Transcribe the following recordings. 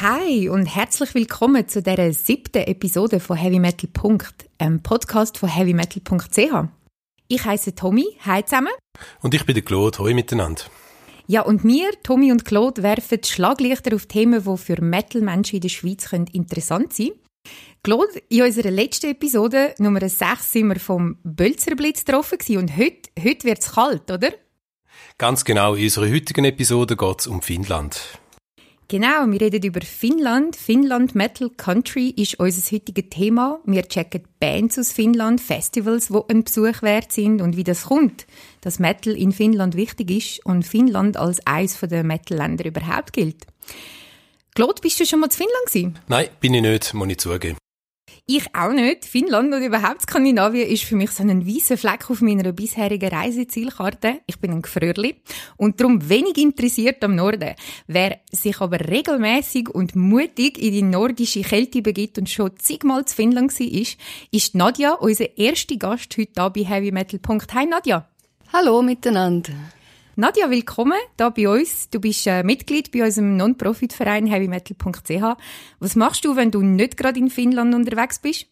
Hi und herzlich willkommen zu dieser 7. Episode von Heavy Metal. Einem Podcast von heavymetal.ch. Ich heiße Tommy, hi zusammen. Und ich bin der Claude, hoi miteinander. Ja, und wir, Tommy und Claude, werfen Schlaglichter auf Themen, die für Metal-Menschen in der Schweiz interessant sein können. Claude, in unserer letzten Episode, Nummer 6, sind wir vom Bölzerblitz getroffen und heute wird es kalt, oder? Ganz genau, in unserer heutigen Episode geht es um Finnland. Genau, wir reden über Finnland. Finnland Metal Country ist unser heutiges Thema. Wir checken Bands aus Finnland, Festivals, die ein Besuch wert sind und wie das kommt, dass Metal in Finnland wichtig ist und Finnland als eines der Metal-Länder überhaupt gilt. Claude, bist du schon mal in Finnland gewesen? Nein, bin ich nicht, muss ich zugeben. Ich auch nicht. Finnland und überhaupt Skandinavien ist für mich so ein weißer Fleck auf meiner bisherigen Reisezielkarte. Ich bin ein Gefrörli und darum wenig interessiert am Norden. Wer sich aber regelmäßig und mutig in die nordische Kälte begibt und schon zigmal zu Finnland war, ist Nadja, unser erster Gast heute hier bei heavymetal. Hi Nadja. Hallo miteinander. Nadja, willkommen hier bei uns. Du bist Mitglied bei unserem Non-Profit-Verein heavymetal.ch. Was machst du, wenn du nicht gerade in Finnland unterwegs bist?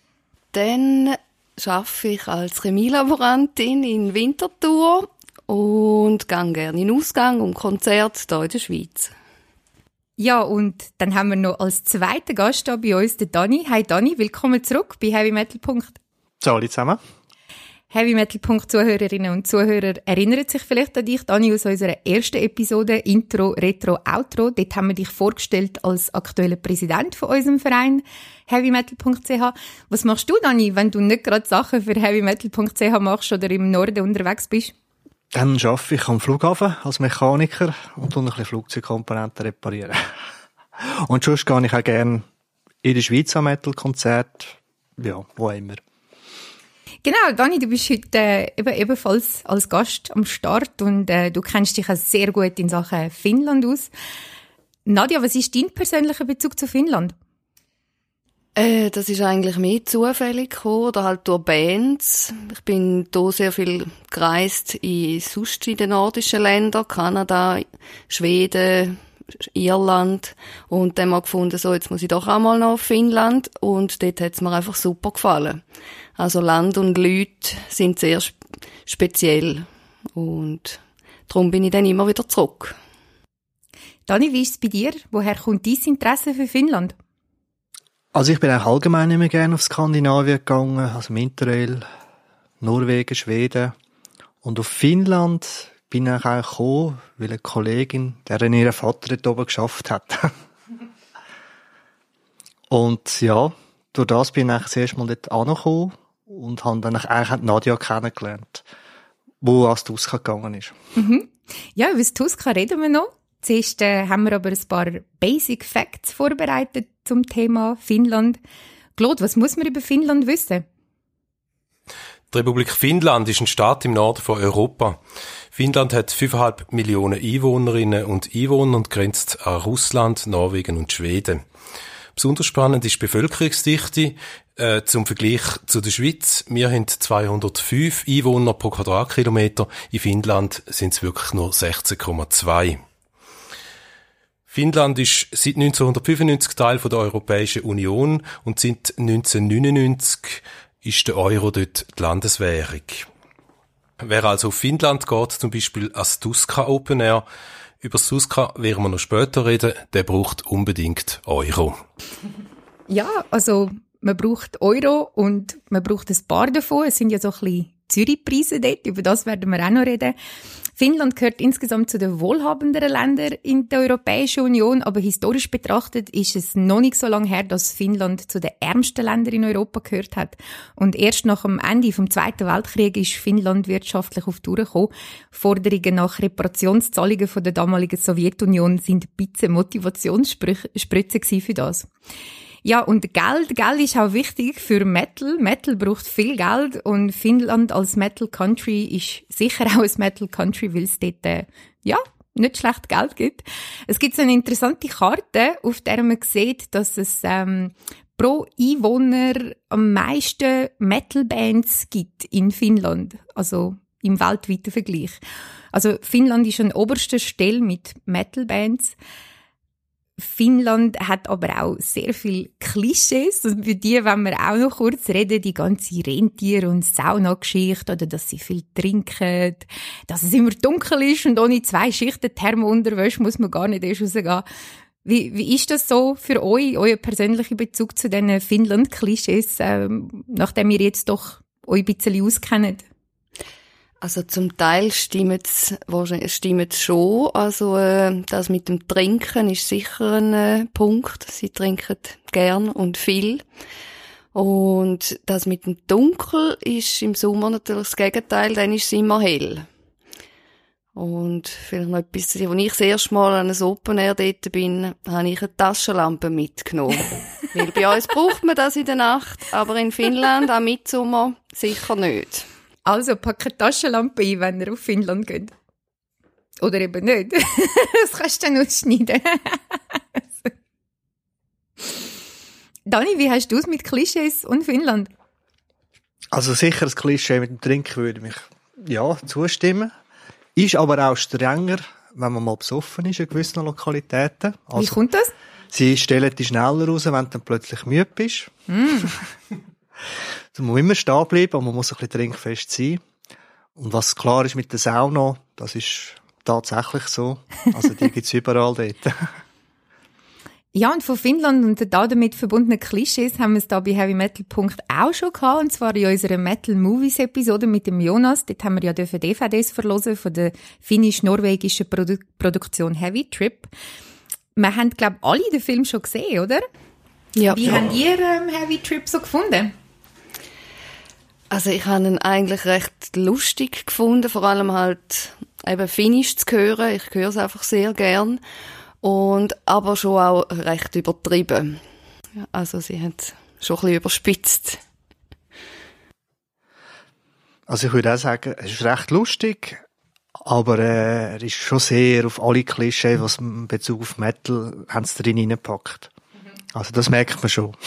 Dann arbeite ich als Chemielaborantin in Winterthur und gehe gerne in Ausgang und Konzerte hier in der Schweiz. Ja, und dann haben wir noch als zweiten Gast hier bei uns den Dani. Hi Dani, willkommen zurück bei heavymetal. Ciao alle zusammen. Heavymetal.Zuhörerinnen und Zuhörer erinnern sich vielleicht an dich, Dani, aus unserer ersten Episode Intro, Retro, Outro. Dort haben wir dich vorgestellt als aktueller Präsident von unserem Verein heavymetal.ch. Was machst du, Dani, wenn du nicht gerade Sachen für heavymetal.ch machst oder im Norden unterwegs bist? Dann arbeite ich am Flughafen als Mechaniker und ein bisschen Flugzeugkomponenten reparieren. Und sonst gehe ich auch gerne in der Schweiz an Metal-Konzerte, ja, wo immer. Genau, Dani, du bist heute ebenfalls als Gast am Start und du kennst dich auch sehr gut in Sachen Finnland aus. Nadja, was ist dein persönlicher Bezug zu Finnland? Das ist eigentlich mehr zufällig gekommen, oder halt durch Bands. Ich bin hier sehr viel gereist sonst in den nordischen Ländern, Kanada, Schweden, Irland, und dann mal gefunden, so, jetzt muss ich doch auch mal nach Finnland, und dort hat es mir einfach super gefallen. Also Land und Leute sind sehr speziell und darum bin ich dann immer wieder zurück. Dani, wie ist es bei dir? Woher kommt dein Interesse für Finnland? Also ich bin auch allgemein immer gerne auf Skandinavien gegangen, also Interrail, Norwegen, Schweden, und auf Finnland bin ich auch gekommen, weil eine Kollegin, deren ihr Vater dort oben geschafft hat. Und ja, durch das bin ich zuerst mal dort angekommen und habe dann eigentlich Nadja kennengelernt, die als Tuska gegangen ist. Mhm. Ja, über das Tuska reden wir noch. Zuerst haben wir aber ein paar Basic Facts vorbereitet zum Thema Finnland. Claude, was muss man über Finnland wissen? Die Republik Finnland ist ein Staat im Norden von Europa. Finnland hat 5,5 Millionen Einwohnerinnen und Einwohner und grenzt an Russland, Norwegen und Schweden. Besonders spannend ist die Bevölkerungsdichte. Zum Vergleich zu der Schweiz. Wir haben 205 Einwohner pro Quadratkilometer. In Finnland sind es wirklich nur 16,2. Finnland ist seit 1995 Teil der Europäischen Union und seit 1999 ist der Euro dort die Landeswährung. Wer also auf Finnland geht, zum Beispiel als Tuska Open Air, über das Tuska werden wir noch später reden, der braucht unbedingt Euro. Ja, also man braucht Euro und man braucht ein paar davon. Es sind ja so ein bisschen Zürich-Preise dort, über das werden wir auch noch reden. Finnland gehört insgesamt zu den wohlhabenderen Ländern in der Europäischen Union, aber historisch betrachtet ist es noch nicht so lange her, dass Finnland zu den ärmsten Ländern in Europa gehört hat. Und erst nach dem Ende vom Zweiten Weltkrieg ist Finnland wirtschaftlich auf die Tour gekommen. Forderungen nach Reparationszahlungen von der damaligen Sowjetunion sind ein bisschen Motivationsspritzen für das. Ja, und Geld ist auch wichtig für Metal. Metal braucht viel Geld und Finnland als Metal Country ist sicher auch ein Metal Country, weil es dort, nicht schlecht Geld gibt. Es gibt so eine interessante Karte, auf der man sieht, dass es pro Einwohner am meisten Metal-Bands gibt in Finnland, also im weltweiten Vergleich. Also Finnland ist an oberster Stelle mit Metal-Bands. Finnland hat aber auch sehr viele Klischees. Und für die, wenn wir auch noch kurz reden, die ganze Rentier- und Saunageschichte oder dass sie viel trinken, dass es immer dunkel ist und ohne 2 Schichten Thermounterwäsche muss man gar nicht erst rausgehen. Wie ist das so für euch, euer persönlicher Bezug zu diesen Finnland-Klischees, nachdem ihr jetzt doch euch ein bisschen auskennt? Also zum Teil stimmt's schon. Also das mit dem Trinken ist sicher ein Punkt. Sie trinken gern und viel. Und das mit dem Dunkel ist im Sommer natürlich das Gegenteil, dann ist es immer hell. Und vielleicht noch etwas, als ich das erste Mal an einem Open Air dort bin, habe ich eine Taschenlampe mitgenommen. Weil bei uns braucht man das in der Nacht, aber in Finnland am Mitsommer sicher nicht. Also packt eine Taschenlampe ein, wenn ihr auf Finnland geht. Oder eben nicht. Das kannst du dann ausschneiden. Dani, wie hast du es mit Klischees und Finnland? Also sicher das Klischee mit dem Trinken würde mich zustimmen. Ist aber auch strenger, wenn man mal besoffen ist in gewissen Lokalitäten. Also, wie kommt das? Sie stellen dich schneller raus, wenn du dann plötzlich müde bist. Du musst immer stehen bleiben, aber man muss ein bisschen trinkfest sein. Und was klar ist mit der Sauna, das ist tatsächlich so. Also die gibt's überall dort. Ja, und von Finnland und den damit verbundenen Klischees haben wir es da bei Heavy Metal Punkt auch schon gehabt. Und zwar in unserer Metal Movies Episode mit dem Jonas. Dort haben wir ja DVDs verlosen von der finnisch-norwegischen Produktion Heavy Trip. Wir haben, glaube ich, alle den Film schon gesehen, oder? Ja. Wie habt ihr Heavy Trip so gefunden? Also ich habe ihn eigentlich recht lustig gefunden, vor allem halt eben Finnisch zu hören. Ich höre es einfach sehr gern. Und aber schon auch recht übertrieben. Also sie haben es schon ein bisschen überspitzt. Also ich würde auch sagen, es ist recht lustig, aber er ist schon sehr auf alle Klischees, was in Bezug auf Metal haben sie drin reingepackt. Also das merkt man schon.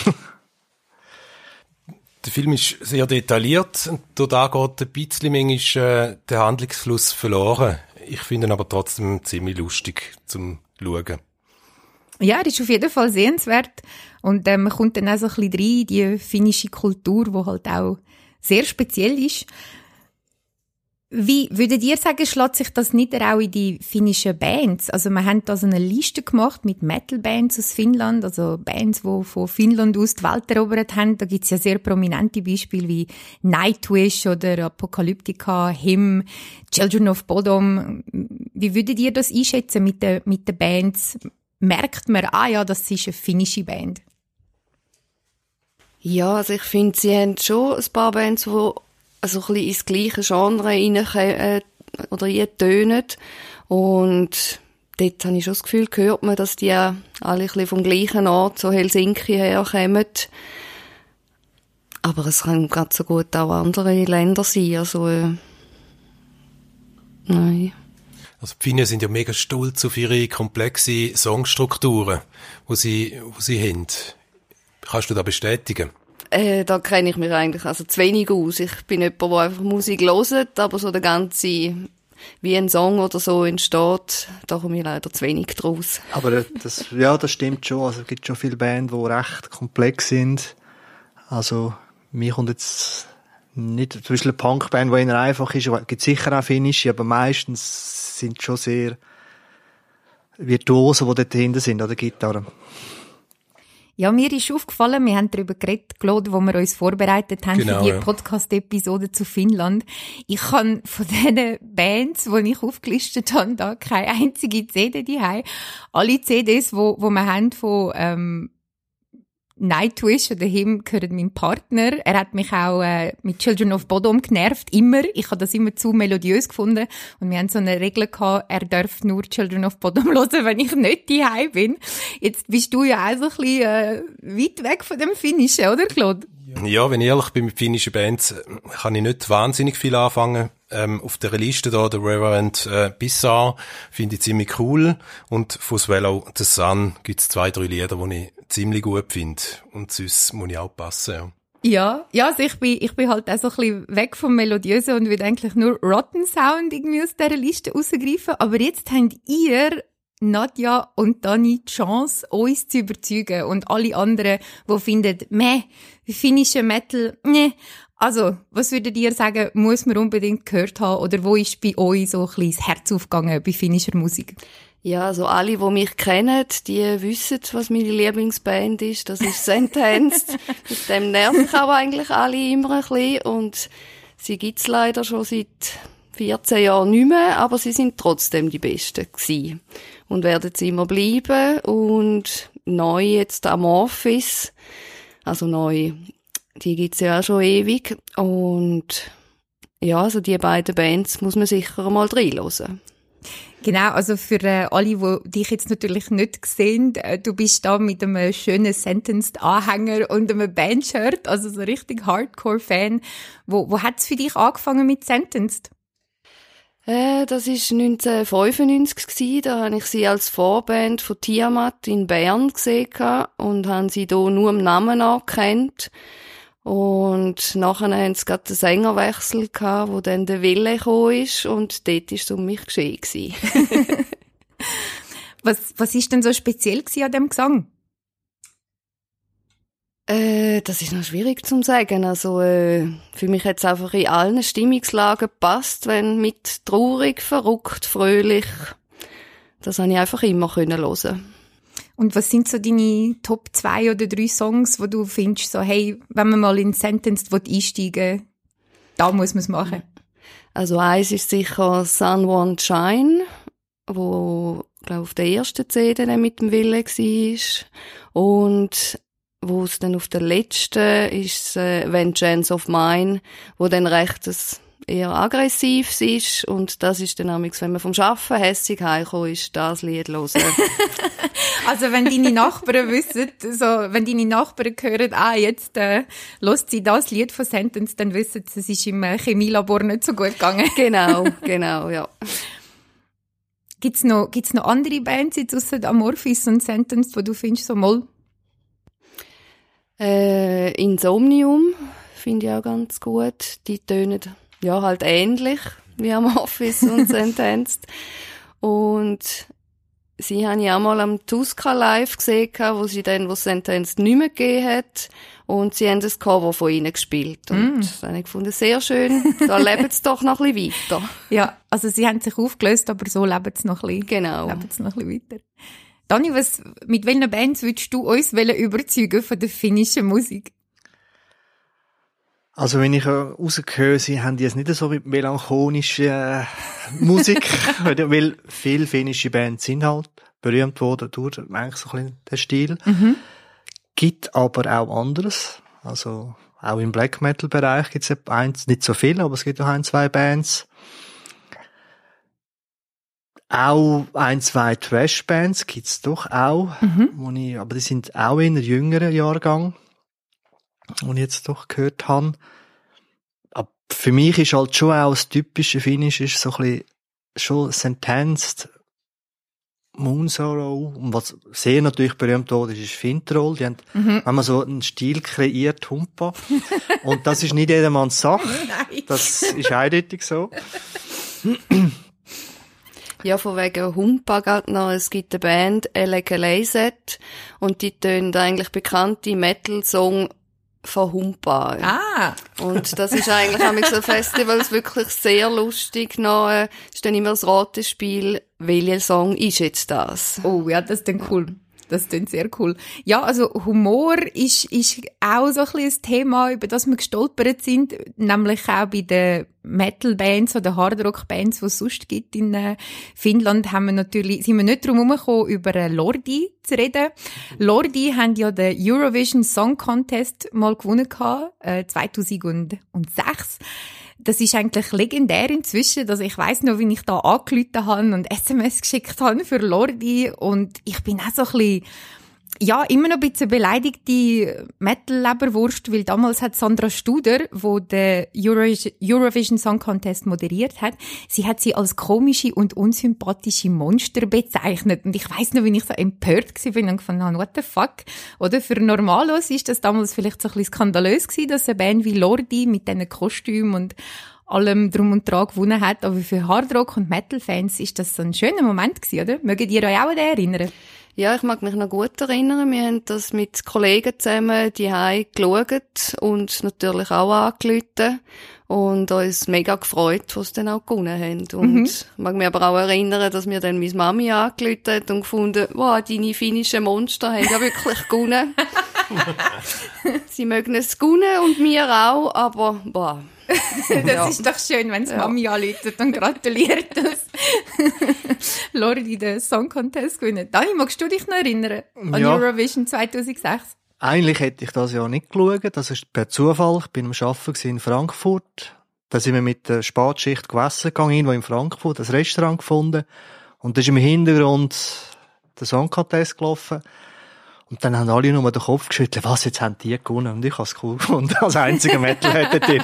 Der Film ist sehr detailliert und da geht ein bisschen manchmal der Handlungsfluss verloren. Ich finde ihn aber trotzdem ziemlich lustig zum Schauen. Ja, er ist auf jeden Fall sehenswert und man kommt dann auch so ein bisschen rein, die finnische Kultur, die halt auch sehr speziell ist. Wie würdet ihr sagen, schlägt sich das nieder auch in die finnischen Bands? Also wir haben da so eine Liste gemacht mit Metal-Bands aus Finnland, also Bands, die von Finnland aus die Welt erobert haben. Da gibt es ja sehr prominente Beispiele wie Nightwish oder Apocalyptica, Him, Children of Bodom. Wie würdet ihr das einschätzen mit den Bands? Merkt man, das ist eine finnische Band? Ja, also ich finde, sie haben schon ein paar Bands, die also ein bisschen ins gleiche Genre reinkommen oder eintönen. Und dort habe ich schon das Gefühl, hört man, dass die alle ein bisschen vom gleichen Ort, so Helsinki herkommen. Aber es kann ganz so gut auch andere Länder sein, also nein. Also die Finnen sind ja mega stolz auf ihre komplexe Songstrukturen, die sie haben. Kannst du das bestätigen? Da kenne ich mich eigentlich also zu wenig aus. Ich bin jemand, der einfach Musik hört, aber so der ganze, wie ein Song oder so entsteht, da komme ich leider zu wenig draus. Aber das stimmt schon. Also es gibt schon viele Bands, die recht komplex sind. Also mir kommt jetzt nicht, zum Beispiel eine Punkband, die eher einfach ist, gibt sicher auch finnische, aber meistens sind schon sehr Virtuosen, die dort dahinter sind, an der Gitarre. Ja, mir ist aufgefallen, wir haben darüber geredet, Claude, wo wir uns vorbereitet haben für die Podcast-Episode zu Finnland. Ich kann von diesen Bands, die ich aufgelistet habe, da keine einzige CD daheim. Alle CDs, wo wir haben von Nightwish oder Him, gehören meinem Partner. Er hat mich auch mit Children of Bodom genervt, immer. Ich habe das immer zu melodiös gefunden. Und wir haben so eine Regel gehabt, er darf nur Children of Bodom hören, wenn ich nicht daheim bin. Jetzt bist du ja auch so ein bisschen weit weg von dem Finnischen, oder Claude? Ja, wenn ich ehrlich bin mit finnischen Bands, kann ich nicht wahnsinnig viel anfangen. Auf der Liste da, der Reverend Bizarre, finde ich ziemlich cool. Und von Swallow the Sun gibt's 2, 3 Lieder, die ich ziemlich gut finde. Und sonst muss ich auch passen, ja. Ja, also ich bin halt auch so ein bisschen weg vom Melodiösen und würde eigentlich nur Rotten Sound irgendwie aus dieser Liste rausgreifen. Aber jetzt habt ihr Nadja und Dani die Chance, uns zu überzeugen. Und alle anderen, die finden, finnischer Metal, Also, was würdet ihr sagen, muss man unbedingt gehört haben? Oder wo ist bei euch so ein bisschen das Herz aufgegangen bei finnischer Musik? Ja, also alle, die mich kennen, die wissen, was meine Lieblingsband ist. Das ist Sentenced. Mit dem nerven mich aber eigentlich alle immer ein bisschen. Und sie gibt's leider schon seit 14 Jahren nicht mehr, aber sie sind trotzdem die Besten gewesen. Und werden sie immer bleiben. Und neu jetzt Amorphis. Also neu, die gibt's ja auch schon ewig. Und ja, also die beiden Bands muss man sicher mal reinhören. Genau, also für alle, die dich jetzt natürlich nicht sehen, du bist da mit einem schönen Sentenced-Anhänger und einem Bandshirt, also so richtig Hardcore-Fan. Wo hat's für dich angefangen mit Sentenced? Das war 1995 gewesen. Da habe ich sie als Vorband von Tiamat in Bern gesehen und habe sie hier nur im Namen angekannt. Und nachher haben sie gerade einen Sängerwechsel gehabt, wo dann der Wille gekommen ist und dort war es um mich geschehen gewesen. Was ist denn so speziell gewesen an dem Gesang? Das ist noch schwierig zu sagen. Also, für mich hat es einfach in allen Stimmungslagen gepasst, wenn mit traurig, verrückt, fröhlich. Das habe ich einfach immer hören. Und was sind so deine Top 2 oder 3 Songs, wo du findest, so, hey, wenn man mal in Sentenced einsteigen will, da muss man es machen? Also eins ist sicher Sun Won't Shine, wo, glaube auf der ersten CD dann mit dem Wille war. Und wo es dann auf der letzten ist Vengeance of Mine, wo dann recht eher aggressiv ist. Und das ist dann amigs, wenn man vom Arbeiten hässig heimkommt, ist das Lied hören. Also wenn deine Nachbarn wissen, so, wenn deine Nachbarn hören, jetzt hört sie das Lied von Sentence, dann wissen sie, es ist im Chemielabor nicht so gut gegangen. Genau, ja. Gibt's noch andere Bands jetzt ausser Amorphis und Sentence, wo du findest, so mal? Insomnium finde ich auch ganz gut. Die tönen ja halt ähnlich wie Amorphis und Sentenced. Und sie haben ja auch mal am Tuska live gesehen, wo Sentenced nicht mehr gegeben hat. Und sie haben das Cover von ihnen gespielt. Und das habe ich gefunden, sehr schön. Da leben sie doch noch ein bisschen weiter. Ja, also sie haben sich aufgelöst, aber so leben sie noch ein bisschen. Genau. Leben sie noch ein bisschen weiter. Dani, mit welchen Bands würdest du uns überzeugen von der finnischen Musik? Also wenn ich rausgehöre, sie haben jetzt nicht so mit melancholischer Musik, weil viele finnische Bands sind halt berühmt worden durch eigentlich so ein bisschen den Stil. Mhm. Gibt aber auch anderes. Also auch im Black Metal Bereich gibt es nicht so viel, aber es gibt auch 1-2 Bands. Auch 1-2 Trash-Bands gibt's doch auch, aber die sind auch in einer jüngeren Jahrgang, die ich jetzt doch gehört habe. Aber für mich ist halt schon auch das typische Finnisch ist so ein bisschen schon Sentenced, Moon Sorrow, und was sehr natürlich berühmt wurde, ist Fintroll. Die haben, wenn man so einen Stil kreiert, Humpa. Und das ist nicht jedermanns Sache. Nein. Das ist eindeutig so. Ja, von wegen Humpa geht noch. Es gibt eine Band, Elekelaiset, und die tönt eigentlich bekannte Metal-Song von Humpa. Ah! Und das ist eigentlich an so Festivals wirklich sehr lustig. Noch ist dann immer das Ratespiel, welcher Song ist jetzt das? Oh ja, das ist dann cool. Das klingt sehr cool. Ja, also Humor ist auch so ein bisschen ein Thema, über das wir gestolpert sind, nämlich auch bei den Metal-Bands oder Hardrock-Bands, die es sonst gibt in Finnland, sind wir nicht drum herumgekommen, über Lordi zu reden. Lordi haben ja den Eurovision Song Contest mal gewonnen gehabt, 2006. Das ist eigentlich legendär inzwischen. Also ich weiss noch, wie ich da angerufen habe und SMS geschickt habe für Lordi. Und ich bin auch so ein bisschen, ja, immer noch ein bisschen beleidigte Metal-Leberwurst, weil damals hat Sandra Studer, wo der Eurovision Song Contest moderiert hat, sie hat sie als komische und unsympathische Monster bezeichnet. Und ich weiss noch, wie ich so empört war und gefunden habe, what the fuck? Oder für Normalos ist das damals vielleicht so ein bisschen skandalös gewesen, dass eine Band wie Lordi mit diesen Kostümen und allem Drum und Dran gewonnen hat. Aber für Hardrock- und Metal-Fans ist das so ein schöner Moment gewesen, oder? Mögt ihr euch auch an den erinnern? Ja, ich mag mich noch gut erinnern. Wir haben das mit Kollegen zusammen daheim geschaut und natürlich auch angerufen und uns mega gefreut, was sie dann auch gewonnen haben. Und ich mag mich aber auch erinnern, dass mir dann meine Mami angerufen hat und gefunden, wow, deine finnischen Monster haben ja wirklich gewonnen. Sie mögen es gewinnen und wir auch, aber boah. Das ist doch schön, wenn es Mami anruft und gratuliert, dass Lordi den Song Contest gewinnen. Dani, magst du dich noch erinnern an Eurovision 2006? Eigentlich hätte ich das ja nicht geschaut. Das ist per Zufall. Ich bin am Arbeiten in Frankfurt. Da sind wir mit der Spatschicht gegessen gegangen, irgendwo in Frankfurt, ein Restaurant gefunden. Und da ist im Hintergrund der Song Contest gelaufen. Und dann haben alle nur den Kopf geschüttelt, was, jetzt haben die gewonnen. Und ich habe es cool gefunden, als einziger Metalhead dort.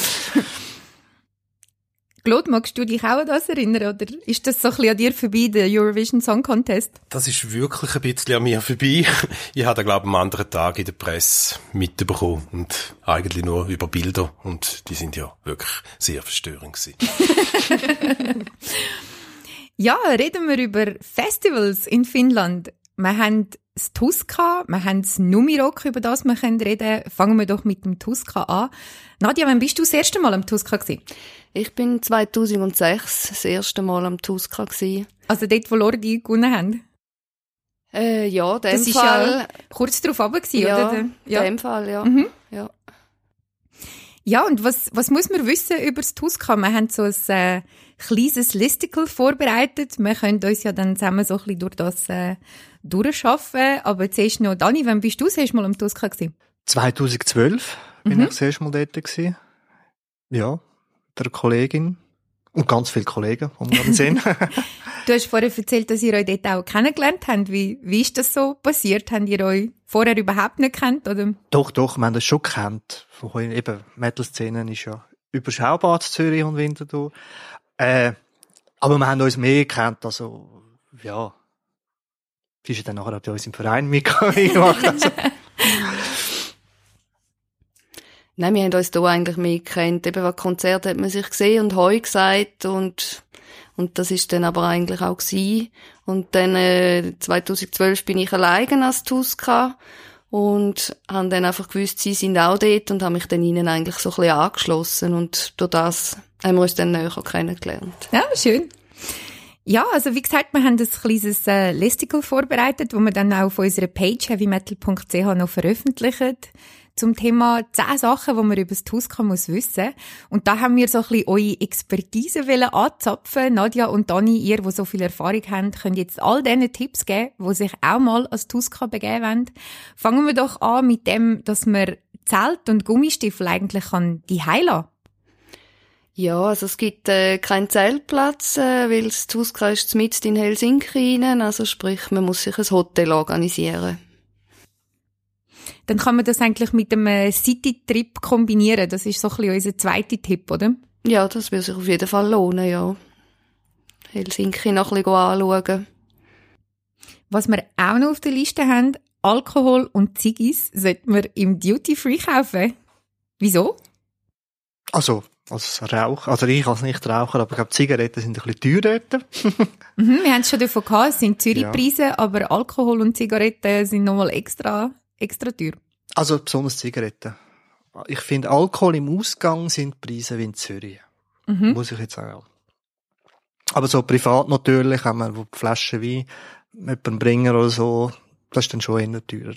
Claude, magst du dich auch an das erinnern? Oder ist das so ein bisschen an dir vorbei, der Eurovision Song Contest? Das ist wirklich ein bisschen an mir vorbei. Ich habe da, glaube ich, am anderen Tag in der Presse mitbekommen. Und eigentlich nur über Bilder. Und die sind ja wirklich sehr verstörend gewesen. Ja, reden wir über Festivals in Finnland. Wir haben das Tuska, wir haben das Numirok, über das wir reden können. Fangen wir doch mit dem Tuska an. Nadja, wann bist du das erste Mal am Tuska gewesen? Ich bin 2006 das erste Mal am Tuska gewesen. Also dort, wo Lordi gewonnen haben? Ja, in dem das Fall. Ja kurz darauf runter gewesen, ja, oder? Ja, in dem Fall, ja. Ja. Ja, und was muss man wissen über das Tuska? Wir haben so ein kleines Listicle vorbereitet. Wir können uns ja dann zusammen so ein bisschen durch das durchschaffen. Aber zuerst noch, Dani, wann bist du das erste Mal am Tuska gewesen? 2012 bin ich das erste Mal dort gewesen. Ja, der Kollegin und ganz viele Kollegen, die wir gerade sehen. Du hast vorher erzählt, dass ihr euch dort auch kennengelernt habt. Wie ist das so passiert? Habt ihr euch vorher überhaupt nicht gekannt? Oder? Doch, wir haben das schon gekannt. Eben, Metal-Szenen ist ja überschaubar in Zürich und Winterthur. Aber wir haben uns mehr gekannt, also, ja. Sie ist ja dann nachher bei uns im Verein mitgemacht. Also. Nein, wir haben uns hier eigentlich mehr gekannt. Eben, bei Konzert hat man sich gesehen und Hoi gesagt und das ist dann aber eigentlich auch gewesen. Und dann, 2012 bin ich alleine als Tuska und haben dann einfach gewusst, sie sind auch dort und haben mich dann ihnen eigentlich so ein bisschen angeschlossen und durch das haben wir uns dann näher kennengelernt. Ja, schön. Ja, also wie gesagt, wir haben ein kleines Listicle vorbereitet, wo wir dann auch auf unserer Page heavymetal.ch noch veröffentlichen zum Thema 10 Sachen, die man über das Tuska muss wissen. Und da haben wir so ein bisschen eure Expertise anzapfen. Nadja und Dani, ihr, die so viel Erfahrung habt, könnt jetzt all diesen Tipps geben, die sich auch mal als Tuska begeben wollen. Fangen wir doch an mit dem, dass man Zelt und Gummistiefel eigentlich die heilen. Ja, also es gibt keinen Zeltplatz, weil das Tuska ist mitten in Helsinki rein, also sprich, man muss sich ein Hotel organisieren. Dann kann man das eigentlich mit einem City-Trip kombinieren. Das ist so ein bisschen unser zweiter Tipp, oder? Ja, das würde sich auf jeden Fall lohnen, ja. Helsinki noch ein bisschen anschauen. Was wir auch noch auf der Liste haben, Alkohol und Ziggis sollten wir im Duty-Free kaufen. Wieso? Also Rauch. Also ich als Nichtraucher, aber ich glaube, Zigaretten sind ein bisschen teuer dort. Wir haben es schon davon gehabt, es sind Zürich-Preise, ja. Aber Alkohol und Zigaretten sind nochmal extra teuer. Also besonders Zigaretten. Ich finde, Alkohol im Ausgang sind die Preise wie in Zürich. Muss ich jetzt sagen. Aber so privat natürlich, wenn man Flaschen Wein jemanden bringen oder so, das ist dann schon eher teurer.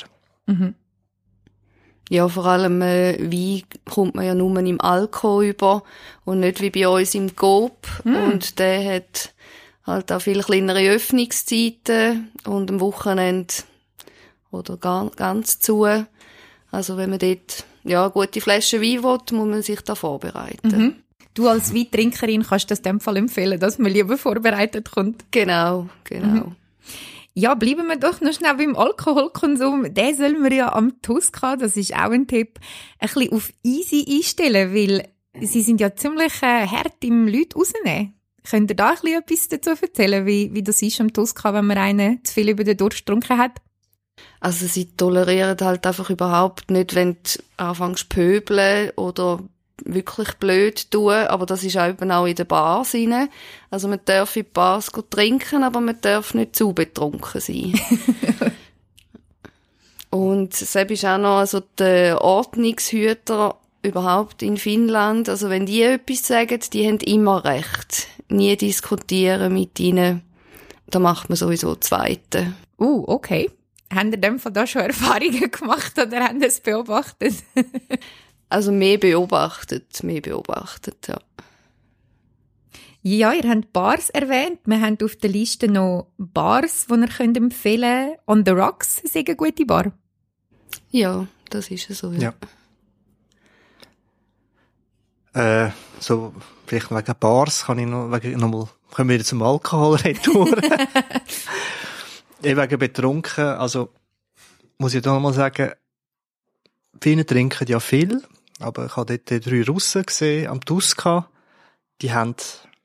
Ja, vor allem Wein kommt man ja nur im Alkohol über und nicht wie bei uns im Coop. Und der hat halt auch viel kleinere Öffnungszeiten und am Wochenende oder ganz zu. Also wenn man dort gute Flaschen Wein will, muss man sich da vorbereiten. Du als Weintrinkerin kannst das in dem Fall empfehlen, dass man lieber vorbereitet kommt. Genau. Ja, bleiben wir doch noch schnell beim Alkoholkonsum. Den sollen wir ja am Tuska, das ist auch ein Tipp, ein bisschen auf easy einstellen, weil sie sind ja ziemlich hart im Leute rausnehmen. Könnt ihr da ein bisschen etwas dazu erzählen, wie das ist am Tuska, wenn man einen zu viel über den Durst getrunken hat? Also sie tolerieren halt einfach überhaupt nicht, wenn du anfängst zu pöbeln oder wirklich blöd tun, aber das ist eben auch in den Bars rein. Also man darf in die Bars trinken, aber man darf nicht zu betrunken sein. Und selbst ist auch noch also der Ordnungshüter überhaupt in Finnland, also wenn die etwas sagen, die haben immer recht. Nie diskutieren mit ihnen, da macht man sowieso Zweite. Okay. Haben ihr dem von da schon Erfahrungen gemacht oder haben ihr es beobachtet? Also mehr beobachtet, ja. Ja, ihr habt Bars erwähnt. Wir haben auf der Liste noch Bars, die ihr empfehlen könnt. On the Rocks ist eine gute Bar. Ja, das ist so, ja. So, vielleicht wegen Bars können wir wieder zum Alkohol retour. Wegen betrunken, also, muss ich da nochmal sagen, viele trinken ja viel, aber ich habe dort 3 Russen gesehen, am Tuska, die haben,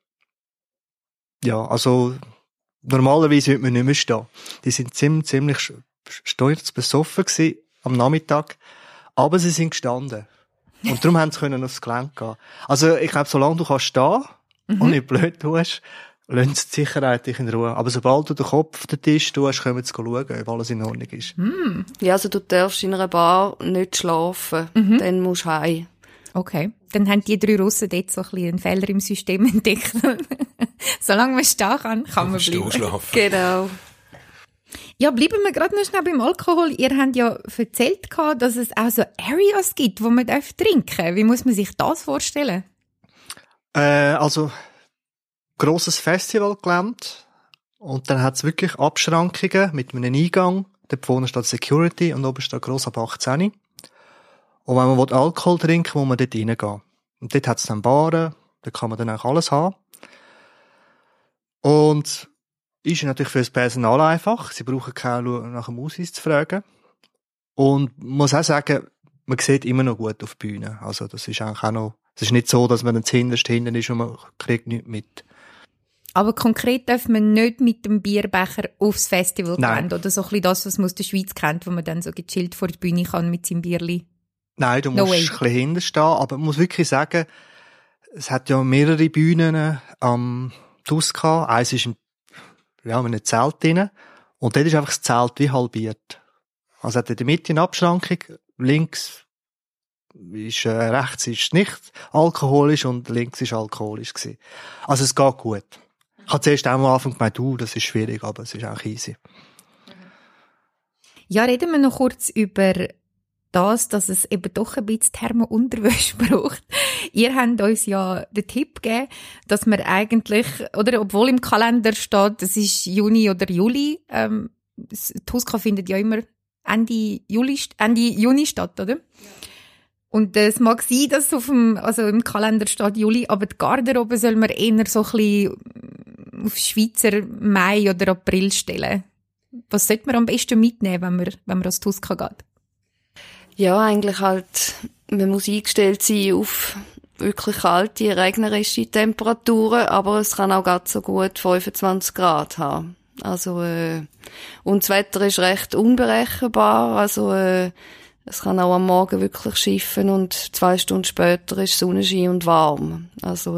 ja, also, normalerweise würde man nicht mehr stehen. Die sind ziemlich besoffen gewesen, am Nachmittag, aber sie sind gestanden. Und darum haben sie aufs Gelände gehen. Also, ich glaube, solange du kannst stehen und nicht blöd tust, lassen sie die Sicherheit dich in Ruhe. Aber sobald du den Kopf auf den Tisch tust, können sie schauen, ob alles in Ordnung ist. Ja, also du darfst in einer Bar nicht schlafen. Dann musst du heim. Okay. Dann haben die 3 Russen dort so ein bisschen einen Fehler im System entdeckt. Solange man stehen kann man bleiben. Schlafen. Genau. Ja, bleiben wir gerade noch schnell beim Alkohol. Ihr habt ja erzählt, dass es auch so Areas gibt, wo man trinken darf. Wie muss man sich das vorstellen? Also, grosses Festivalgelände. Und dann hat es wirklich Abschrankungen mit einem Eingang. Dort vorne steht Security und oben steht gross ab 18. Und wenn man Alkohol trinken will, muss man dort reingehen. Und dort hat es dann Baren, da kann man dann auch alles haben. Und ist natürlich für das Personal einfach. Sie brauchen keinen nach dem Ausweis zu fragen. Und man muss auch sagen, man sieht immer noch gut auf die Bühne. Also das ist eigentlich auch noch, es ist nicht so, dass man dann zuhinterst hinten ist und man kriegt nichts mit. Aber konkret darf man nicht mit dem Bierbecher aufs Festival gehen, oder so ein bisschen das, was man aus der Schweiz kennt, wo man dann so gechillt vor der Bühne kann mit seinem Bierli. Nein, du musst ein bisschen hinten stehen, aber man muss wirklich sagen, es hat ja mehrere Bühnen am Tuska. Eins ist in einem Zelt drin. Und dort ist einfach das Zelt wie halbiert. Also hat in der Mitte eine Abschrankung, links ist, rechts ist nicht alkoholisch und links ist alkoholisch gewesen. Also es geht gut. Ich habe zuerst auch am Anfang gemeint, das ist schwierig, aber es ist auch easy. Ja, reden wir noch kurz über das, dass es eben doch ein bisschen Thermounterwäsche braucht. Ihr habt uns ja den Tipp gegeben, dass man eigentlich, oder obwohl im Kalender steht, es ist Juni oder Juli, Tuska findet ja immer Ende Juni statt, oder? Ja. Und es mag sein, dass im Kalender steht Juli, aber die Garderobe soll man eher so ein bisschen auf Schweizer Mai oder April stellen. Was sollte man am besten mitnehmen, wenn man ans Tuska geht? Ja, eigentlich halt, man muss eingestellt sein auf wirklich kalte, regnerische Temperaturen, aber es kann auch ganz so gut 25 Grad haben. Also, und das Wetter ist recht unberechenbar, also, es kann auch am Morgen wirklich schiffen und 2 Stunden später ist Sonnenschein und warm. Also,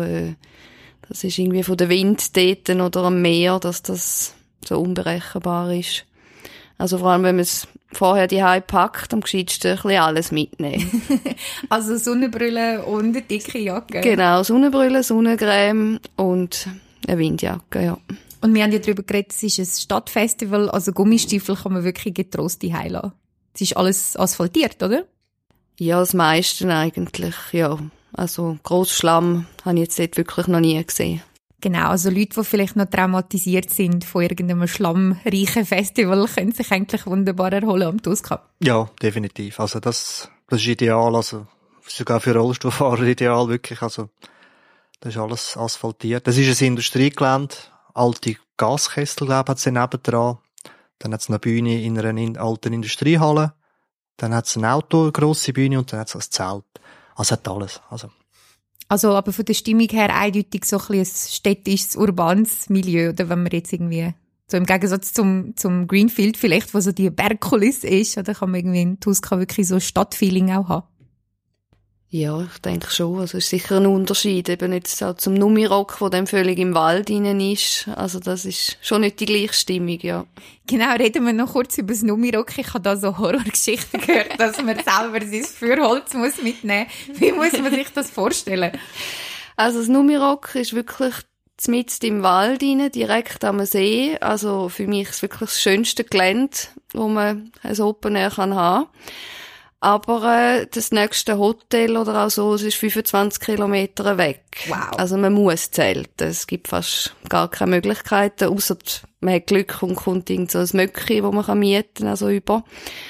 das ist irgendwie von der Wind dort oder am Meer, dass das so unberechenbar ist. Also vor allem, wenn man es vorher die Hause packt, am gescheitsten ein bisschen alles mitnehmen. Also Sonnenbrille und eine dicke Jacke. Genau, Sonnenbrille, Sonnencreme und eine Windjacke, ja. Und wir haben ja darüber geredet, es ist ein Stadtfestival, also Gummistiefel kann man wirklich getrost die Hause lassen. Es ist alles asphaltiert, oder? Ja, das meiste eigentlich, ja. Also Grossschlamm habe ich jetzt dort wirklich noch nie gesehen. Genau, also Leute, die vielleicht noch traumatisiert sind von irgendeinem schlammreichen Festival, können sich eigentlich wunderbar erholen am Tuska. Ja, definitiv. Also das ist ideal, also sogar für Rollstuhlfahrer ideal, wirklich. Also das ist alles asphaltiert. Das ist ein Industriegelände, alte Gaskessel, glaube ich, hat es nebendran. Dann hat es eine Bühne in einer alten Industriehalle. Dann hat es ein Auto, eine grosse Bühne und dann hat es ein Zelt. Also hat alles. Also aber von der Stimmung her eindeutig so ein bisschen ein städtisches, urbanes Milieu, oder wenn man jetzt irgendwie, so im Gegensatz zum Greenfield vielleicht, wo so die Bergkulisse ist, oder kann man irgendwie in Tuska wirklich so ein Stadtfeeling auch haben? Ja, ich denke schon. Also, es ist sicher ein Unterschied. Eben jetzt so zum Numirock, der dann völlig im Wald innen ist. Also, das ist schon nicht die gleiche Stimmung, ja. Genau, reden wir noch kurz über das Numirock. Ich habe da so Horrorgeschichten gehört, dass man selber sein Feuerholz mitnehmen muss. Wie muss man sich das vorstellen? Also, das Numirock ist wirklich mitten im Wald rein, direkt am See. Also, für mich ist es wirklich das schönste Gelände, wo man ein Open Air haben kann. Aber das nächste Hotel oder auch so, es ist 25 Kilometer weg. Wow. Also man muss zelten. Es gibt fast gar keine Möglichkeiten, ausser man hat Glück und kommt irgend so ein Möckchen, wo man mieten kann, also über.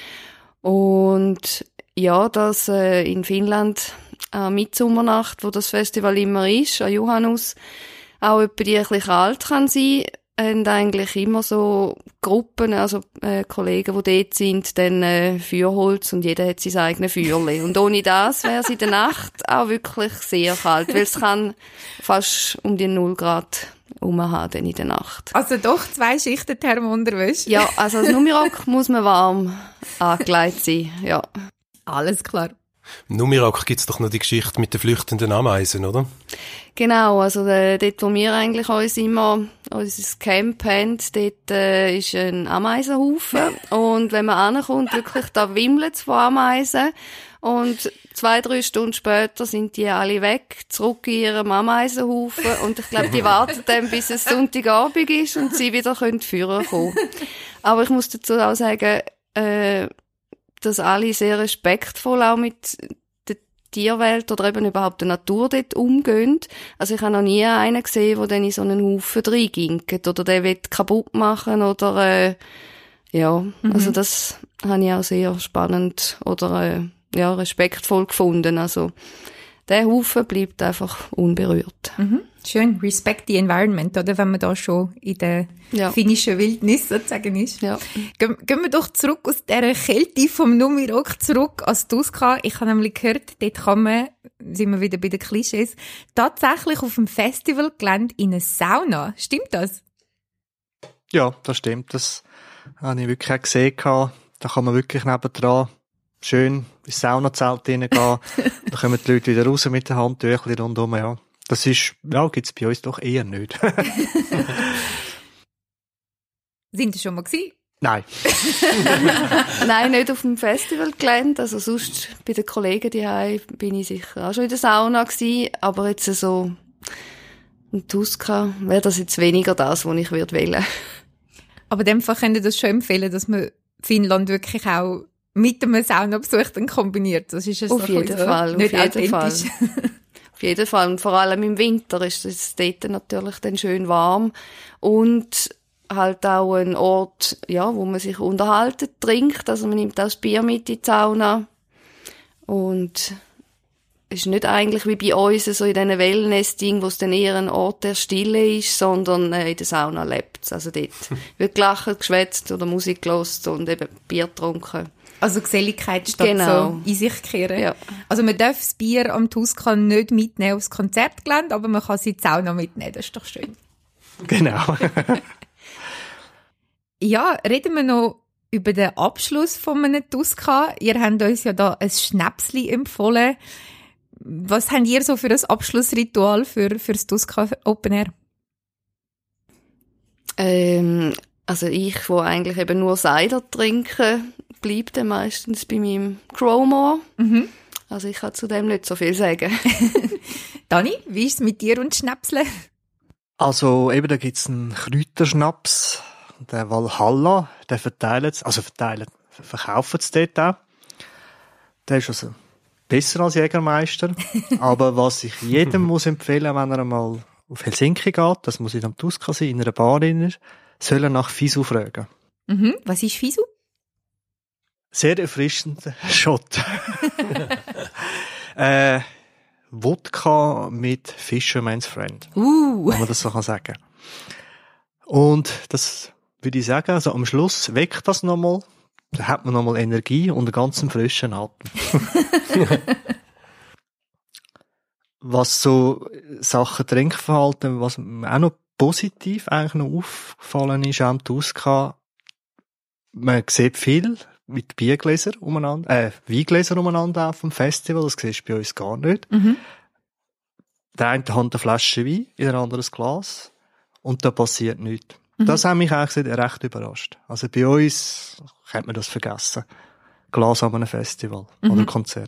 Und ja, das in Finnland an Mitsommernacht, wo das Festival immer ist, an Juhannus, auch etwa die ein bisschen kalt kann sein, haben eigentlich immer so Gruppen, also Kollegen, die dort sind, dann Feuerholz und jeder hat sein eigenes Feuerli. Und ohne das wäre es in der Nacht auch wirklich sehr kalt, weil es kann fast um die 0 Grad rumhaben in der Nacht. Also doch 2 Schichten Thermounterwäsche. Ja, also als Numirock muss man warm angelegt sein, ja. Alles klar. Im Numirock gibt's doch noch die Geschichte mit den flüchtenden Ameisen, oder? Genau, also dort, wo wir eigentlich uns immer unser Camp haben, dort ist ein Ameisenhaufen. Und wenn man ankommt, wirklich, da wimmelt es von Ameisen. Und 2-3 Stunden später sind die alle weg, zurück in ihrem Ameisenhaufen. Und ich glaube, die warten dann, bis es Sonntagabend ist und sie wieder führen kommen. Aber ich muss dazu auch sagen, dass alle sehr respektvoll auch mit der Tierwelt oder eben überhaupt der Natur dort umgehen. Also ich habe noch nie einen gesehen, der dann in so einen Haufen reinginkt oder der will kaputt machen oder also das habe ich auch sehr spannend oder respektvoll gefunden. Also der Haufen bleibt einfach unberührt. Mhm. Schön, respect the environment, oder? Wenn man da schon in der finnischen Wildnis sozusagen ist. Ja. Gehen wir doch zurück aus dieser Kälte vom Numirock zurück als Tuska. Ich habe nämlich gehört, dort kann man, sind wir wieder bei den Klischees, tatsächlich auf dem Festivalgelände in eine Sauna. Stimmt das? Ja, das stimmt. Das habe ich wirklich auch gesehen. Da kann man wirklich nebendran schön ins Saunazelt reingehen. Da kommen die Leute wieder raus mit den Handtüchern rundherum, ja. Das ist, gibt's bei uns doch eher nicht. Sind Sie schon mal gewesen? Nein. Nein, nicht auf dem Festivalgelände. Also sonst bei den Kollegen daheim bin ich sicher auch schon in der Sauna gewesen. Aber jetzt so in Tuska wäre das jetzt weniger das, was ich wählen. Aber in dem Fall könnte ich das schon empfehlen, dass man Finnland wirklich auch mit einem Saunabesuch dann kombiniert. Das ist ja auf jeden Fall, nicht auf jeden Fall. authentisch. Auf jeden Fall. Und vor allem im Winter ist es dort natürlich dann schön warm. Und halt auch ein Ort, wo man sich unterhalten, trinkt. Also man nimmt auch das Bier mit in die Sauna. Und es ist nicht eigentlich wie bei uns so in diesen Wellness-Ding, wo es dann eher ein Ort der Stille ist, sondern in der Sauna lebt es. Also dort wird gelacht, geschwätzt oder Musik gehört und eben Bier getrunken. Also Geselligkeit statt so in sich kehren. Ja. Also man darf das Bier am Tuska nicht mitnehmen aufs Konzertgelände, aber man kann sie in die Sauna mitnehmen, das ist doch schön. Genau. Ja, reden wir noch über den Abschluss von einem Tuska. Ihr habt uns ja da ein Schnäpsli empfohlen. Was habt ihr so für ein Abschlussritual für das Tuska Open Air? Also ich, wo eigentlich eben nur Cider trinke, bleibt dann meistens bei meinem Crowmore. Mhm. Also ich kann zu dem nicht so viel sagen. Dani, wie ist es mit dir und Schnäpsle? Also eben, da gibt's einen Kräuterschnaps, der Valhalla, der verkaufen es dort auch. Der ist also besser als Jägermeister. Aber was ich jedem muss empfehlen, wenn er mal auf Helsinki geht, das muss in am Tuska sein, in einer Bar drin, soll er nach Fisu fragen. Mhm. Was ist Fisu? Sehr erfrischender Shot. Wodka mit Fisherman's Friend. Wenn man das so sagen kann. Und das würde ich sagen, also am Schluss weckt das nochmal. Da hat man nochmal Energie und einen ganzen frischen Atem. Was so Sachen Trinkverhalten, was mir auch noch positiv eigentlich noch aufgefallen ist am Tuska, man sieht viel mit Weingläsern umeinander auf dem Festival. Das siehst du bei uns gar nicht. Der eine hat eine Flasche Wein, in der andere ein Glas. Und da passiert nichts. Das hat mich eigentlich recht überrascht. Also bei uns könnte man das vergessen. Glas an einem Festival oder Konzert.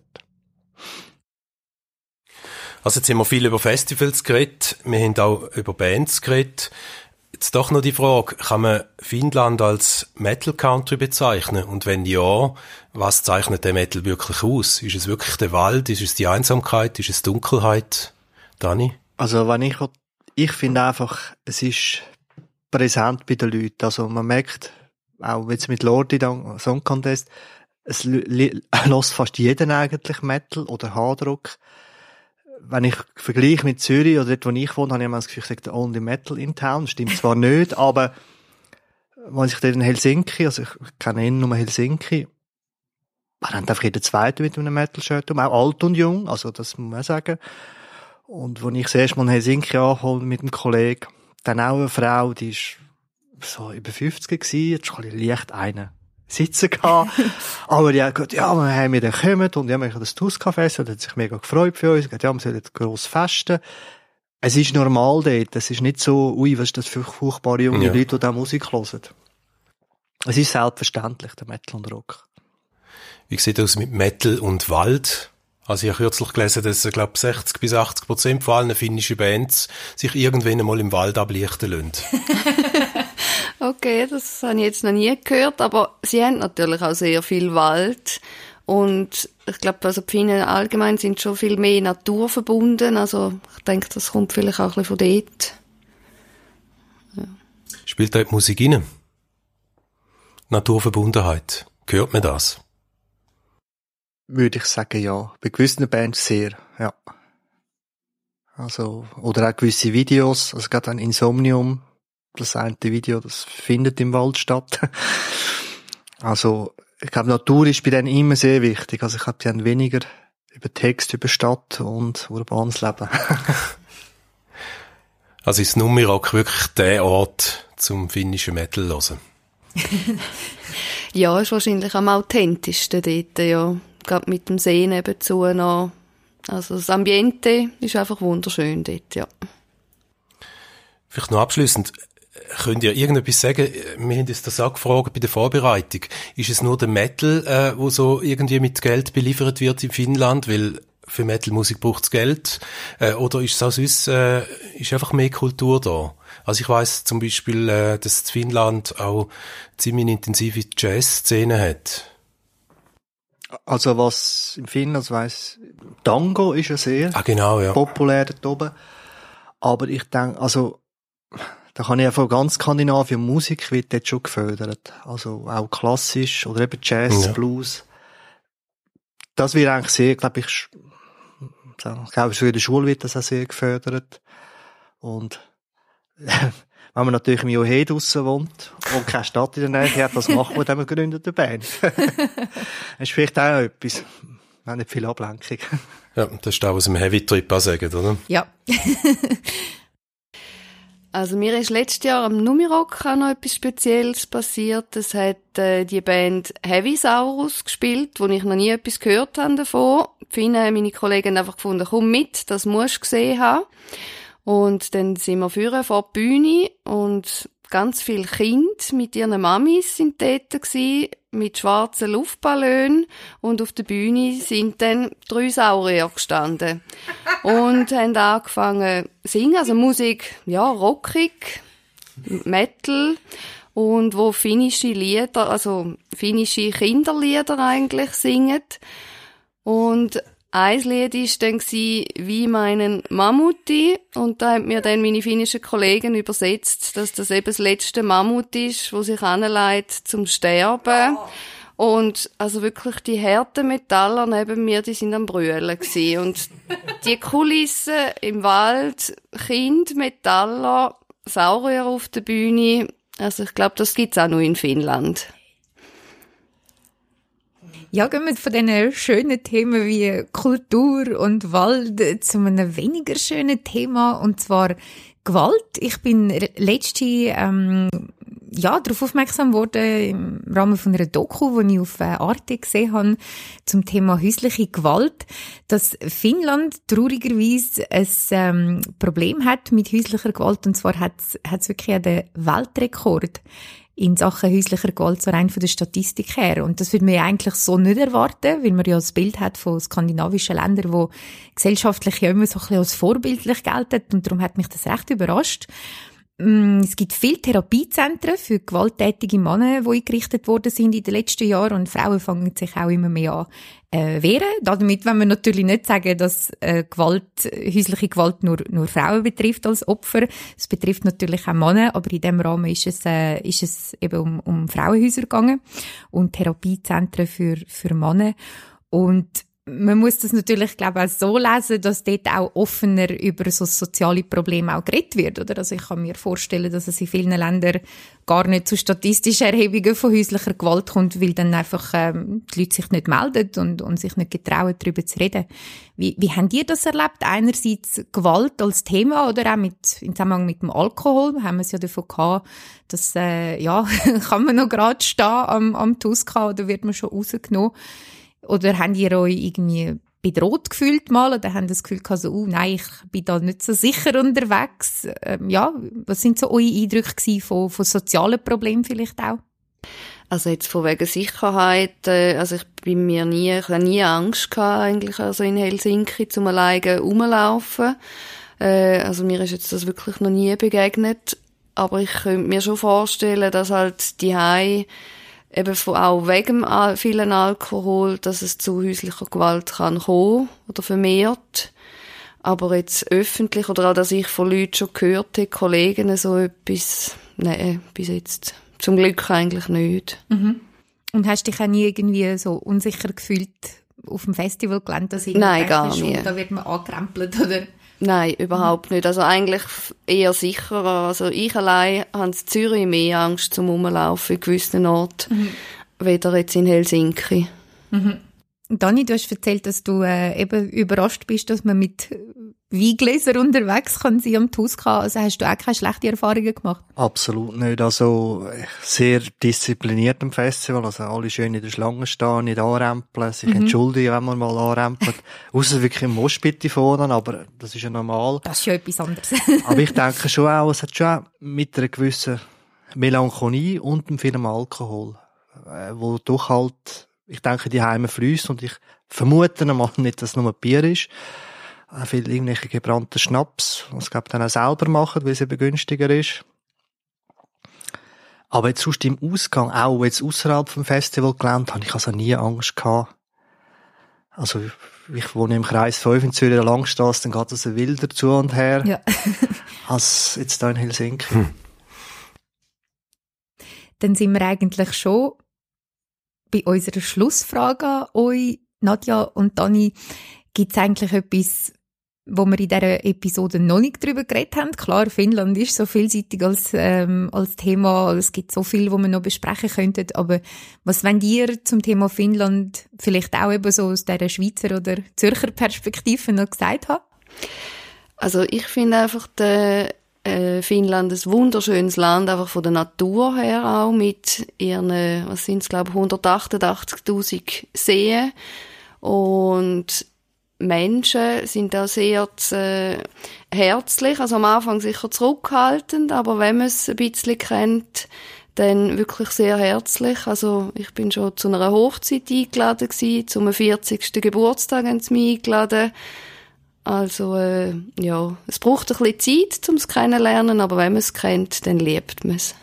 Also jetzt haben wir viel über Festivals geredet, wir haben auch über Bands geredet. Jetzt doch noch die Frage, kann man Finnland als Metal Country bezeichnen? Und wenn ja, was zeichnet der Metal wirklich aus? Ist es wirklich der Wald? Ist es die Einsamkeit? Ist es Dunkelheit? Dani? Also ich finde einfach, es ist präsent bei den Leuten. Also man merkt, auch jetzt mit Lordi Song Contest, es lässt fast jeden eigentlich Metal oder Hardrock. Wenn ich vergleiche mit Zürich oder dort, wo ich wohne, habe ich immer das Gefühl, ich sage, the only metal in town. Stimmt zwar nicht, aber wenn ich dort in Helsinki, also ich kenne ihn nur Helsinki, man rennt einfach jeden Zweite mit einem Metal-Shirt auch alt und jung, also das muss man sagen. Und als ich das erste Mal in Helsinki angeholt mit einem Kollegen, dann auch eine Frau, die ist so über 50 gewesen, jetzt schon leicht einen sitzen gehabt. Aber die hat gesagt, ja, wir haben wieder gekommen und ja, wir haben das Tuska-Fest, und hat sich mega gefreut für uns. Ja, wir sollen gross festen. Es ist normal dort. Es ist nicht so, ui, was ist das für furchtbare junge Leute, die da Musik hören. Es ist selbstverständlich, der Metal und Rock. Wie sieht es aus mit Metal und Wald? Also ich habe kürzlich gelesen, dass, glaube 60-80% von allen finnischen Bands sich irgendwann einmal im Wald ablichten lassen. Okay, das habe ich jetzt noch nie gehört, aber sie haben natürlich auch sehr viel Wald und ich glaube, also die Finnen allgemein sind schon viel mehr naturverbunden, also ich denke, das kommt vielleicht auch ein bisschen von dort. Ja. Spielt da die Musik rein? Naturverbundenheit, hört man das? Würde ich sagen, ja. Bei gewissen Bands sehr, ja. Also, oder auch gewisse Videos, also gerade ein Insomnium, das eine Video, das findet im Wald statt. Also, ich glaube, Natur ist bei denen immer sehr wichtig. Also, ich glaube, die haben weniger über Text, über Stadt und urbanes Leben. Also ist Numirok wirklich der Ort zum finnischen Metal hören? Ja, ist wahrscheinlich am authentischsten dort, ja. Gerade mit dem See nebenzu noch. Also das Ambiente ist einfach wunderschön dort, ja. Vielleicht noch abschliessend, könnt ihr irgendetwas sagen? Wir haben uns das auch gefragt bei der Vorbereitung. Ist es nur der Metal, wo so irgendwie mit Geld beliefert wird in Finnland? Weil für Metal-Musik braucht es Geld. Oder ist es auch sonst, ist einfach mehr Kultur da? Also ich weiss zum Beispiel, dass Finnland auch ziemlich eine intensive Jazz-Szene hat. Also was im Finnland weiss, Tango ist ja sehr populär dort oben. Aber ich denke, also da kann ich ja von ganz Skandinavien Musik wird dort schon gefördert. Also auch klassisch oder eben Jazz, Blues. Das wird eigentlich sehr, glaube ich, schon in der Schule wird das auch sehr gefördert. Und wenn man natürlich im Johe draussen wohnt und keine Stadt in der Nähe hat, was macht man dann mit gegründeter Band? Das ist vielleicht auch etwas. Wir haben nicht viel Ablenkung. Ja, das ist auch aus dem Heavy-Trip sagen, oder? Ja. Also mir ist letztes Jahr am Numirok auch noch etwas Spezielles passiert. Es hat die Band Heavy Saurus gespielt, wo ich noch nie etwas gehört habe davon. Meine Kollegen haben einfach gefunden, komm mit, das musst du gesehen haben. Und dann sind wir vorne vor die Bühne und ganz viele Kinder mit ihren Mamis sind dort gewesen, mit schwarzen Luftballons, und auf der Bühne sind dann 3 Saurier gestanden und haben angefangen zu singen, also Musik, ja, rockig, Metal, und wo finnische Lieder, also finnische Kinderlieder eigentlich singen. Und ein Lied war dann «Wie meinen Mammuti», und da haben mir dann meine finnischen Kollegen übersetzt, dass das eben das letzte Mammut ist, das sich anleitet zum Sterben. Und also wirklich die harten Metaller neben mir, die sind am Brüllen gewesen. Und die Kulissen im Wald, Kind, Metaller, Saurier auf der Bühne, also ich glaube, das gibt's auch nur in Finnland. Ja, gehen wir von diesen schönen Themen wie Kultur und Wald zu einem weniger schönen Thema, und zwar Gewalt. Ich bin letzte darauf aufmerksam wurde im Rahmen von einer Doku, die ich auf Arte gesehen habe, zum Thema häusliche Gewalt, dass Finnland traurigerweise ein Problem hat mit häuslicher Gewalt, und zwar hat es wirklich den Weltrekord in Sachen häuslicher Gewalt, so rein von der Statistik her. Und das würde man ja eigentlich so nicht erwarten, weil man ja das Bild hat von skandinavischen Ländern, wo gesellschaftlich ja immer so ein bisschen als vorbildlich gelten. Und darum hat mich das recht überrascht. Es gibt viele Therapiezentren für gewalttätige Männer, die eingerichtet worden sind in den letzten Jahren, und Frauen fangen sich auch immer mehr an wehren. Damit wollen wir natürlich nicht sagen, dass häusliche Gewalt nur Frauen betrifft als Opfer. Es betrifft natürlich auch Männer, aber in diesem Rahmen ist es eben um Frauenhäuser gegangen und Therapiezentren für Männer. Und man muss das natürlich, glaube ich, auch so lesen, dass dort auch offener über so soziale Probleme auch geredet wird, oder? Also ich kann mir vorstellen, dass es in vielen Ländern gar nicht zu statistischen Erhebungen von häuslicher Gewalt kommt, weil dann einfach die Leute sich nicht melden und sich nicht getrauen, darüber zu reden. Wie habt ihr das erlebt? Einerseits Gewalt als Thema, oder auch im Zusammenhang mit dem Alkohol. Haben wir es ja davon gehabt, dass kann man noch gerade stehen am Tuska, oder wird man schon rausgenommen? Oder habt ihr euch irgendwie bedroht gefühlt mal, oder habt ihr das Gefühl gehabt, so, nein, ich bin da nicht so sicher unterwegs? Was sind so eure Eindrücke von sozialen Problemen vielleicht auch? Also jetzt von wegen Sicherheit, also ich habe nie Angst gehabt, eigentlich, also in Helsinki zum alleine rumlaufen. Also mir ist jetzt das wirklich noch nie begegnet. Aber ich könnte mir schon vorstellen, dass halt die Hause eben auch wegen vielen Alkohol, dass es zu häuslicher Gewalt kann kommen oder vermehrt. Aber jetzt öffentlich, oder auch, dass ich von Leuten schon gehört habe, Kollegen, so etwas, nein, bis jetzt zum Glück eigentlich nicht. Mhm. Und hast du dich auch nie irgendwie so unsicher gefühlt auf dem Festivalgelände, dass nein, gar nicht. Da wird man angekrempelt, oder? Nein, überhaupt nicht. Also eigentlich eher sicherer. Also ich allein habe in Zürich mehr Angst zum Rumlaufen in gewissen Orten, weder jetzt in Helsinki. Mhm. Dani, du hast erzählt, dass du eben überrascht bist, dass man mit Weingläsern unterwegs kann sein am Tuska. Also hast du auch keine schlechten Erfahrungen gemacht? Absolut nicht. Also sehr diszipliniert am Festival. Also alle schön in der Schlange stehen, nicht anrempeln, sich entschuldigen, wenn man mal anrempelt. Ausser wirklich im Moschpit vorne, aber das ist ja normal. Das ist ja etwas anderes. Aber ich denke schon auch, es hat schon auch mit einer gewissen Melancholie und einem vielen Alkohol, wo doch halt, ich denke, die Heime fließt, und ich vermute mal nicht, dass es nur Bier ist. Viel irgendwelche gebrannten Schnaps, was glaube dann auch selber machen, weil es eben günstiger ist. Aber jetzt sonst im Ausgang, auch jetzt ausserhalb vom Festivalgelände, habe ich also nie Angst gehabt. Also ich wohne im Kreis 5 in Zürich, der Langstrasse, dann geht es wilder zu und her, ja. als jetzt da in Helsinki. Dann sind wir eigentlich schon bei unserer Schlussfrage an euch, Nadja und Dani. Gibt es eigentlich etwas, wo wir in dieser Episode noch nicht darüber geredet haben? Klar, Finnland ist so vielseitig als Thema. Es gibt so viel, wo wir noch besprechen könnten. Aber was wollt ihr zum Thema Finnland vielleicht auch eben so aus dieser Schweizer oder Zürcher Perspektive noch gesagt haben? Also ich finde einfach Finnland ein wunderschönes Land, einfach von der Natur her auch, mit ihren, was sind es, glaube ich, 188.000 Seen. Und Menschen sind auch sehr herzlich, also am Anfang sicher zurückhaltend, aber wenn man es ein bisschen kennt, dann wirklich sehr herzlich. Also ich bin schon zu einer Hochzeit eingeladen gewesen, zum 40. Geburtstag haben sie mich eingeladen. Also ja, es braucht ein bisschen Zeit, um es kennenzulernen, aber wenn man es kennt, dann liebt man es.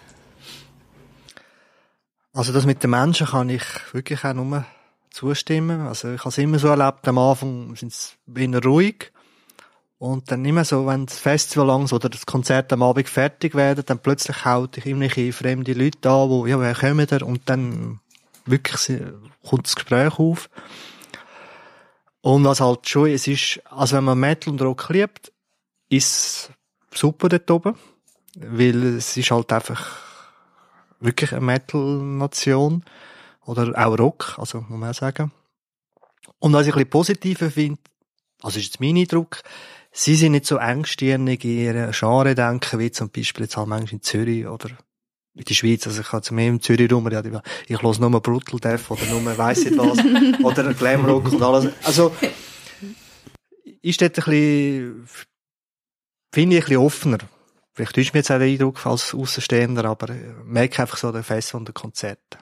Also das mit den Menschen kann ich wirklich auch nur zustimmen. Also ich habe es immer so erlebt, am Anfang sind sie eher ruhig, und dann immer so, wenn das Festival langsam oder das Konzert am Abend fertig werden, dann plötzlich haut ich irgendwelche fremde Leute an, wo, ja, wer kommen da? Und dann wirklich kommt das Gespräch auf. Und was halt schon, es ist, also wenn man Metal und Rock liebt, ist es super dort oben, weil es ist halt einfach wirklich eine Metal-Nation. Oder auch Rock, also muss man auch sagen. Und was ich ein bisschen positiver finde, also ist jetzt mein Eindruck, sie sind nicht so engstirnig in ihre Genre denken, wie zum Beispiel jetzt halt manchmal in Zürich oder in der Schweiz, also ich habe zu mir im Zürich rum, ich höre nur Brutal Death oder nur weiss nicht was, oder Glamrock und alles. Also, ist dort ein bisschen, finde ich ein bisschen offener. Vielleicht täuscht mir jetzt auch der Eindruck als Aussenstehender, aber ich merke einfach so den Fest und den Konzerten.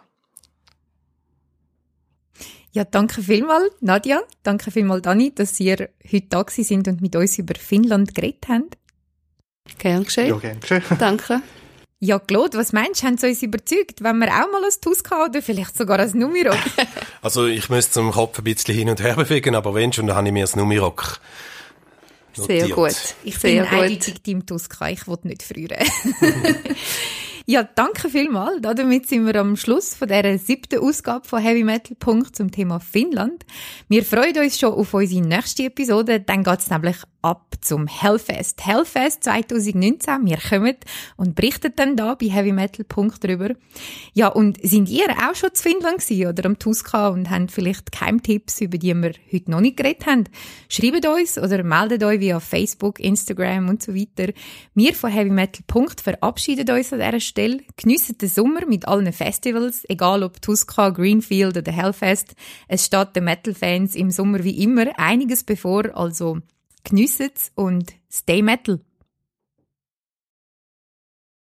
Ja, danke vielmals, Nadja. Danke vielmals, Dani, dass ihr heute da gewesen sind und mit uns über Finnland geredet habt. Gern geschehen. Ja, gern geschehen. Danke. Ja, Claude, was meinst du, haben sie uns überzeugt, wenn wir auch mal ein Tuska haben oder vielleicht sogar ein Numirock? Also ich müsste zum Kopf ein bisschen hin und her bewegen, aber wenn schon, dann habe ich mir das Numirock notiert. Sehr gut. Ich Sehr bin eindeutig Team Tuska, ich will nicht frieren. Ja, danke vielmals. Damit sind wir am Schluss von dieser 7. Ausgabe von Heavy Metal Punkt zum Thema Finnland. Wir freuen uns schon auf unsere nächste Episode. Dann geht es nämlich ab zum Hellfest. Hellfest 2019. Wir kommen und berichten dann da bei Heavy Metal Punkt drüber. Ja, und sind ihr auch schon zu Finnland gewesen oder am Tuska und haben vielleicht Geheimtipps, über die wir heute noch nicht geredet haben? Schreibt uns oder meldet euch via Facebook, Instagram und so weiter. Wir von Heavy Metal Punkt verabschieden uns an dieser Stelle. Geniessen den Sommer mit allen Festivals, egal ob Tuska, Greenfield oder Hellfest. Es steht den Metal-Fans im Sommer wie immer einiges bevor, also geniessen's und stay Metal!